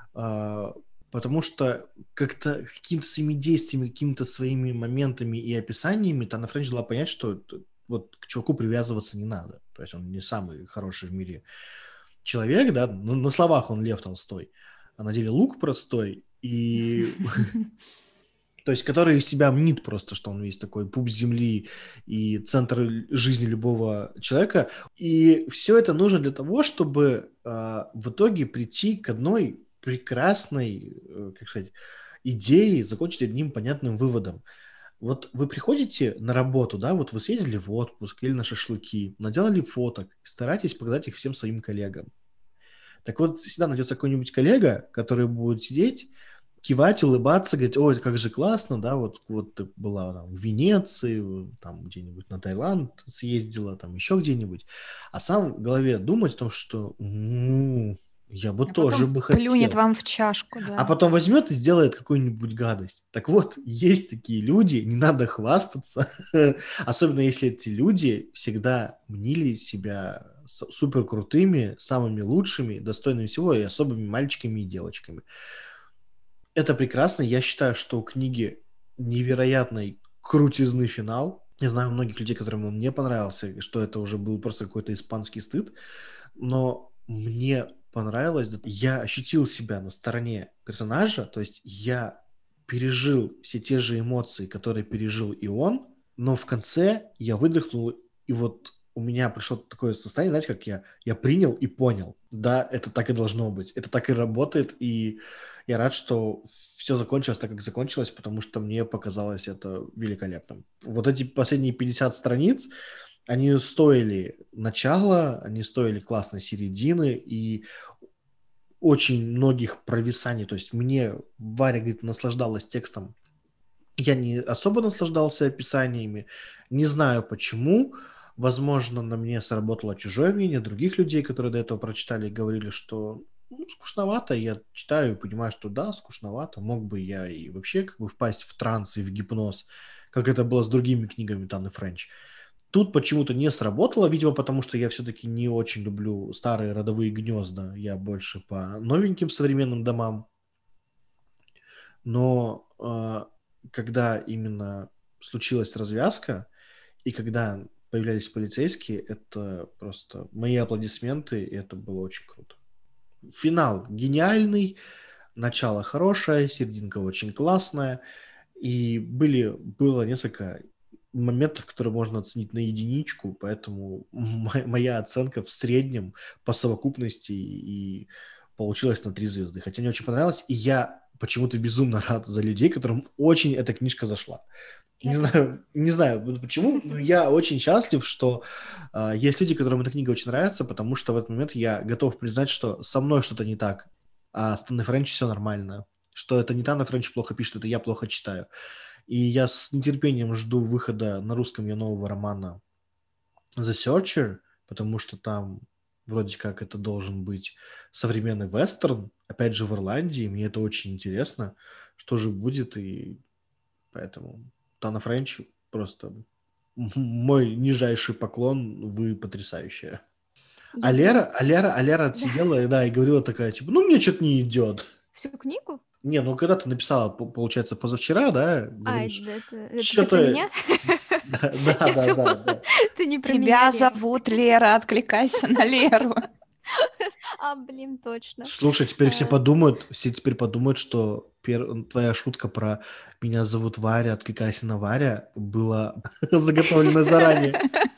а, потому что как-то какими-то своими действиями, какими-то своими моментами и описаниями Тана Френч дала понять, что вот к чуваку привязываться не надо. То есть он не самый хороший в мире человек, да, на, на словах он Лев Толстой, а на деле лук простой, и То есть, который из себя мнит просто, что он весь такой пуп земли и центр жизни любого человека. И все это нужно для того, чтобы э, в итоге прийти к одной прекрасной, э, как сказать, идее, закончить одним понятным выводом. Вот вы приходите на работу, да, вот вы съездили в отпуск или на шашлыки, наделали фоток, и старайтесь показать их всем своим коллегам. Так вот, всегда найдется какой-нибудь коллега, который будет сидеть, кивать, улыбаться, говорить, ой, как же классно, да, вот, вот ты была там в Венеции, там где-нибудь на Таиланд съездила, там еще где-нибудь, а сам в голове думать о том, что «М, я бы А тоже потом бы плюнет хотел». вам в чашку, А да. потом возьмет и сделает какую-нибудь гадость. Так вот, есть такие люди, не надо хвастаться, особенно если эти люди всегда мнили себя с- супер крутыми, самыми лучшими, достойными всего и особыми мальчиками и девочками. Это прекрасно. Я считаю, что у книги невероятный крутизны финал. Я знаю многих людей, которым он не понравился, что это уже был просто какой-то испанский стыд. Но мне понравилось, да, я ощутил себя на стороне персонажа, то есть я пережил все те же эмоции, которые пережил и он, но в конце я выдохнул, и вот у меня пришло такое состояние, знаете, как я, я принял и понял, да, это так и должно быть, это так и работает, и я рад, что все закончилось так, как закончилось, потому что мне показалось это великолепным. Вот эти последние пятьдесят страниц, они стоили начала, они стоили классной середины и очень многих провисаний. То есть мне Варя, говорит, наслаждалась текстом. Я не особо наслаждался описаниями. Не знаю почему. Возможно, на мне сработало чужое мнение других людей, которые до этого прочитали и говорили, что ну, скучновато. Я читаю и понимаю, что да, скучновато. Мог бы я и вообще как бы впасть в транс и в гипноз, как это было с другими книгами Таны Френч. Тут почему-то не сработало, видимо, потому что я все-таки не очень люблю старые родовые гнезда. Я больше по новеньким современным домам. Но э, когда именно случилась развязка, и когда появлялись полицейские, это просто мои аплодисменты, и это было очень круто. Финал гениальный, начало хорошее, серединка очень классная, и были, было несколько моментов, которые можно оценить на единичку, поэтому мо- моя оценка в среднем по совокупности и получилась на три звезды. Хотя мне очень понравилось, и я почему-то безумно рад за людей, которым очень эта книжка зашла. Не Я знаю, не знаю вот почему, но я очень счастлив, что а, есть люди, которым эта книга очень нравится, потому что в этот момент я готов признать, что со мной что-то не так, а с Танной Френч все нормально. Что это не Танна Френч плохо пишет, это я плохо читаю. И я с нетерпением жду выхода на русском ее нового романа The Searcher, потому что там вроде как это должен быть современный вестерн, опять же в Ирландии, мне это очень интересно, что же будет, и поэтому Тана Френч просто мой нижайший поклон, вы потрясающая. А Я Лера, прям... а Лера, а Лера Да. сидела, да, и говорила такая, типа, ну, мне что-то не идет. Всю книгу? Не, ну, когда ты написала, по- получается, позавчера, да, А, говоришь, это, это, это ты про что-то... меня? Да, да, Я да, да, думала, да. ты не про меня, Тебя Лер. зовут Лера, откликайся на Леру. А, блин, точно. Слушай, теперь все А, подумают, все теперь подумают, что пер- твоя шутка про «меня зовут Варя, откликайся на Варя» была заготовлена заранее.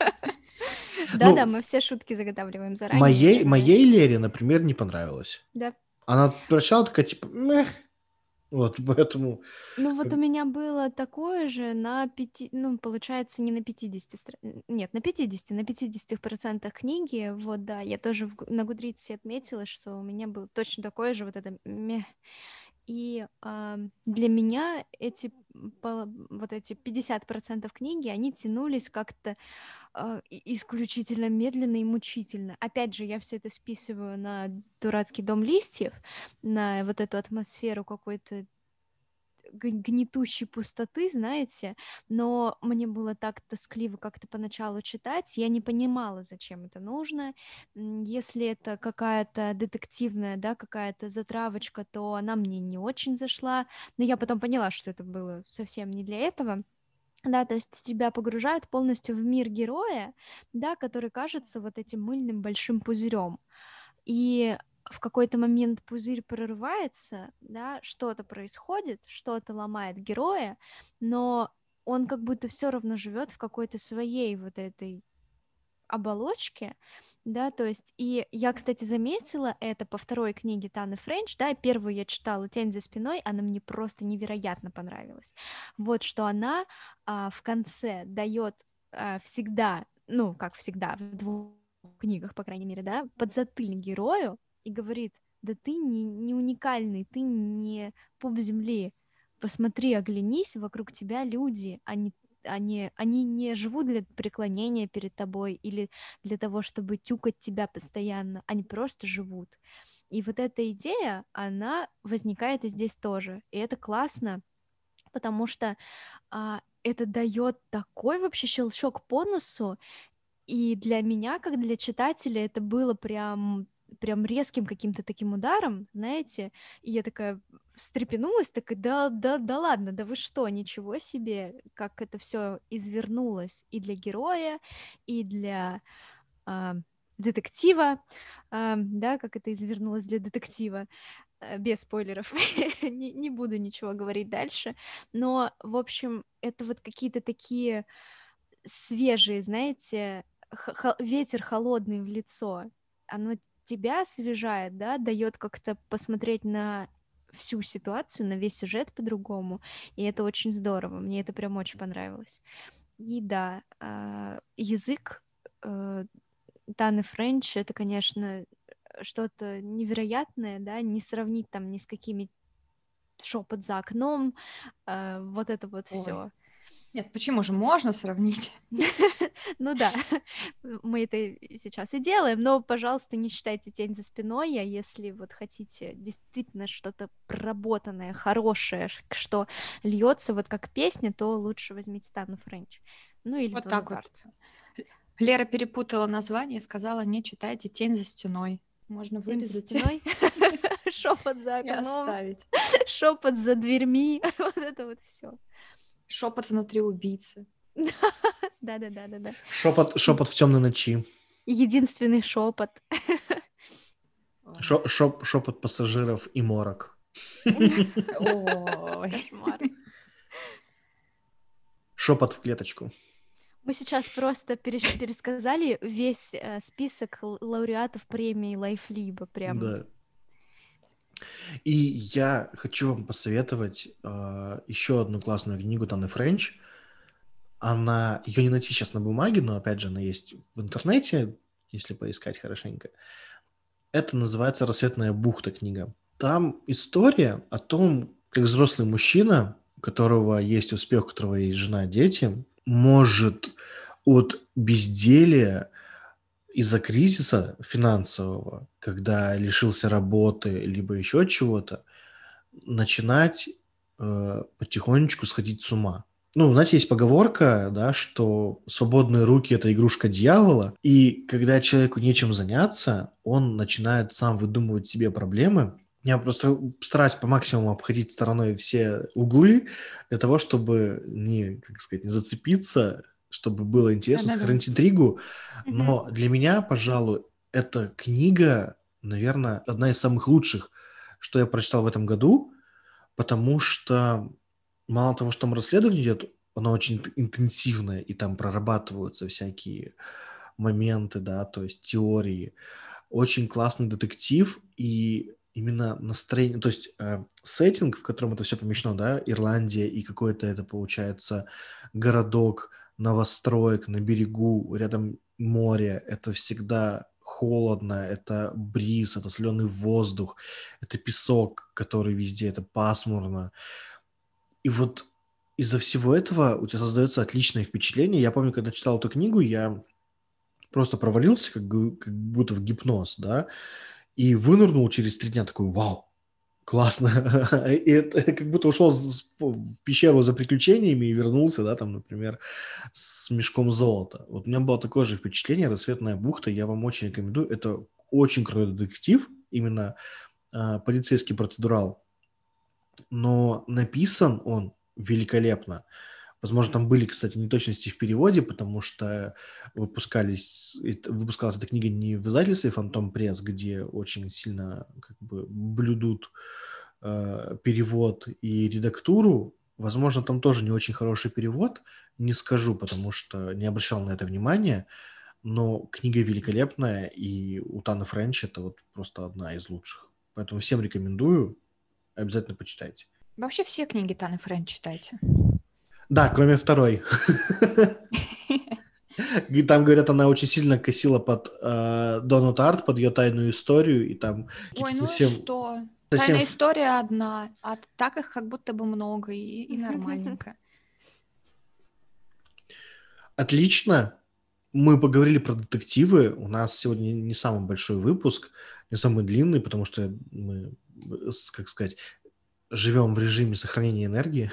Да-да, Ну, мы все шутки заготавливаем заранее. моей, э, моей Лере, например, не понравилось. Да. Она прочитала такая, типа, «Мэх». Вот, поэтому... Ну вот как- у меня было такое же на пяти, ну получается не на пятидесяти, стра- н- нет, на пятидесяти, на пятидесяти процентах книги, вот да, я тоже в Гу- на Гудрице отметила, что у меня был точно такое же вот это мeh. И а, для меня эти пол- вот эти пятьдесят процентов книги, они тянулись как-то а, и- исключительно медленно и мучительно. Опять же, я все это списываю на дурацкий дом листьев, на вот эту атмосферу какой-то г- гнетущей пустоты, знаете, но мне было так тоскливо как-то поначалу читать, я не понимала, зачем это нужно. М, Если это какая-то детективная, да, какая-то затравочка, то она мне не очень зашла, но я потом поняла, что это было совсем не для этого. Да, то есть тебя погружают полностью в мир героя, да, который кажется вот этим мыльным большим пузырем. И в какой-то момент пузырь прорывается, да, что-то происходит, что-то ломает героя, но он как будто все равно живет в какой-то своей вот этой оболочке, да, то есть, и я, кстати, заметила это по второй книге Таны Френч, да, первую я читала «Тень за спиной», она мне просто невероятно понравилась, вот, что она а, в конце дает а, всегда, ну, как всегда, в двух книгах, по крайней мере, да, подзатыльник герою и говорит, да ты не, не уникальный, ты не пуп земли, посмотри, оглянись, вокруг тебя люди, они они, они не живут для преклонения перед тобой или для того, чтобы тюкать тебя постоянно, они просто живут. И вот эта идея, она возникает и здесь тоже. И это классно, потому что а, это дает такой вообще щелчок по носу, и для меня, как для читателя, это было прям прям резким каким-то таким ударом, знаете, и я такая встрепенулась, такая, да, да, да ладно, да вы что, ничего себе, как это все извернулось и для героя, и для а, детектива, а, да, как это извернулось для детектива, э, без спойлеров, не, не буду ничего говорить дальше, но, в общем, это вот какие-то такие свежие, знаете, х- х- ветер холодный в лицо, оно тебя освежает, да, дает как-то посмотреть на всю ситуацию, на весь сюжет по-другому, и это очень здорово, мне это прям очень понравилось. И да, а, язык э, Таны Френч, это, конечно, что-то невероятное, да, не сравнить там ни с какими шепот за окном, э, вот это вот Ой. все. Нет, почему же можно сравнить? Ну да, мы это и сейчас и делаем, но, пожалуйста, не читайте «Тень за спиной», а если вот хотите действительно что-то проработанное, хорошее, ш- что льется вот как песня, то лучше возьмите Тану Френч. Ну или Вот Донну так вот. Тарт. Лера перепутала название и сказала, не читайте «Тень за стеной». Можно «Тень за вырезать стеной», шепот за и окном, оставить. шепот за дверьми, вот это вот все. Шепот внутри убийцы. Да-да-да-да-да. Шепот, шепот в темной ночи. Единственный шепот. Ой. Шо- шоп- шепот пассажиров и морок. Ой. Кошмар. Шепот в клеточку. Мы сейчас просто переш- пересказали весь э, список л- лауреатов премии Лайфлиба, прям. Да. И я хочу вам посоветовать э, еще одну классную книгу Таны Френч. Она, ее не найти сейчас на бумаге, но опять же она есть в интернете, если поискать хорошенько. Это называется «Рассветная бухта» книга. Там история о том, как взрослый мужчина, у которого есть успех, у которого есть жена, дети, может от безделия из-за кризиса финансового, когда лишился работы, либо еще чего-то, начинать э, потихонечку сходить с ума. Ну, знаете, есть поговорка, да, что свободные руки – это игрушка дьявола, и когда человеку нечем заняться, он начинает сам выдумывать себе проблемы. Я просто стараюсь по максимуму обходить стороной все углы для того, чтобы не, как сказать, не зацепиться, чтобы было интересно, Да-да-да. сохранить интригу. Мгм. Но для меня, пожалуй, эта книга, наверное, одна из самых лучших, что я прочитал в этом году, потому что мало того, что там расследование идет, оно очень ин- интенсивное, и там прорабатываются всякие моменты, да, то есть теории. Очень классный детектив, и именно настроение, то есть э, сеттинг, в котором это все помещено, да, Ирландия и какой-то это, получается, городок, новостроек на берегу, рядом море, это всегда холодно, это бриз, это соленый воздух, это песок, который везде, это пасмурно. И вот из-за всего этого у тебя создается отличное впечатление. Я помню, когда читал эту книгу, я просто провалился, как, г- как будто в гипноз, да, и вынырнул через три дня такой, вау, классно. И это как будто ушел с- в пещеру за приключениями и вернулся, да, там, например, с мешком золота. Вот у меня было такое же впечатление, «Рассветная бухта», я вам очень рекомендую. Это очень крутой детектив, именно а, полицейский процедурал, но написан он великолепно. Возможно, там были, кстати, неточности в переводе, потому что выпускались, это- выпускалась эта книга не в издательстве «Фантом Пресс», где очень сильно как бы блюдут э, перевод и редактуру. Возможно, там тоже не очень хороший перевод, не скажу, потому что не обращал на это внимания, но книга великолепная, и у Таны Френч это вот просто одна из лучших. Поэтому всем рекомендую, обязательно почитайте. Вообще все книги Таны Френч читайте. Да, кроме второй. И там, говорят, она очень сильно косила под э, Дону Тарт, под ее тайную историю, и там Ой, какие-то ну и совсем... что? совсем... Тайная история одна, а так их как будто бы много и, и нормальненько. Отлично. Мы поговорили про детективы. У нас сегодня не самый большой выпуск, не самый длинный, потому что мы, с- как сказать, живем в режиме сохранения энергии.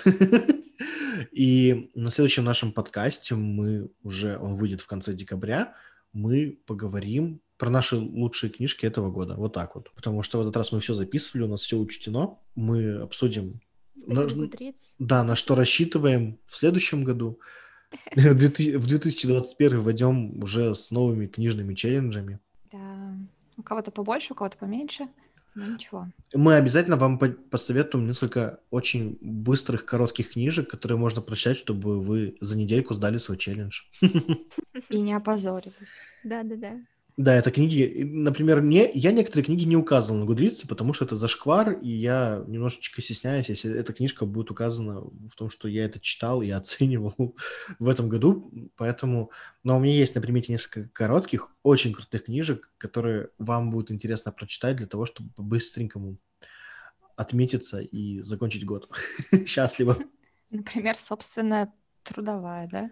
И на следующем нашем подкасте мы уже, он выйдет в конце декабря, мы поговорим про наши лучшие книжки этого года. Вот так вот. Потому что в этот раз мы все записывали, у нас все учтено. Мы обсудим, на- Спасибо, Гудриц. да, на что рассчитываем в следующем году. В две тысячи в две тысячи двадцать первый войдем уже с новыми книжными челленджами. Да. У кого-то побольше, у кого-то поменьше. Ну ничего. Мы обязательно вам по- посоветуем несколько очень быстрых, коротких книжек, которые можно прочитать, чтобы вы за недельку сдали свой челлендж. И не опозорились. Да-да-да. Да, это книги, и, например, не, я некоторые книги не указывал на Гудрице, потому что это зашквар, и я немножечко стесняюсь, если эта книжка будет указана в том, что я это читал и оценивал в этом году, поэтому... Но у меня есть на примете несколько коротких, очень крутых книжек, которые вам будет интересно прочитать для того, чтобы по-быстренькому отметиться и закончить год счастливо. Например, собственная трудовая, да?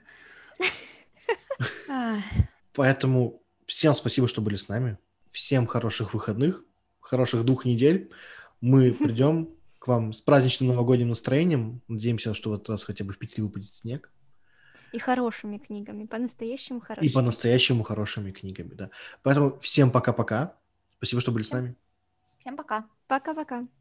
Ах, Поэтому всем спасибо, что были с нами. Всем хороших выходных, хороших двух недель. Мы придем к вам с праздничным новогодним настроением. Надеемся, что в этот раз хотя бы в Питере выпадет снег. И хорошими книгами, по-настоящему И хорошими. по-настоящему хорошими книгами, да. Поэтому всем пока-пока. Спасибо, что были с всем, нами. всем пока. Пока-пока.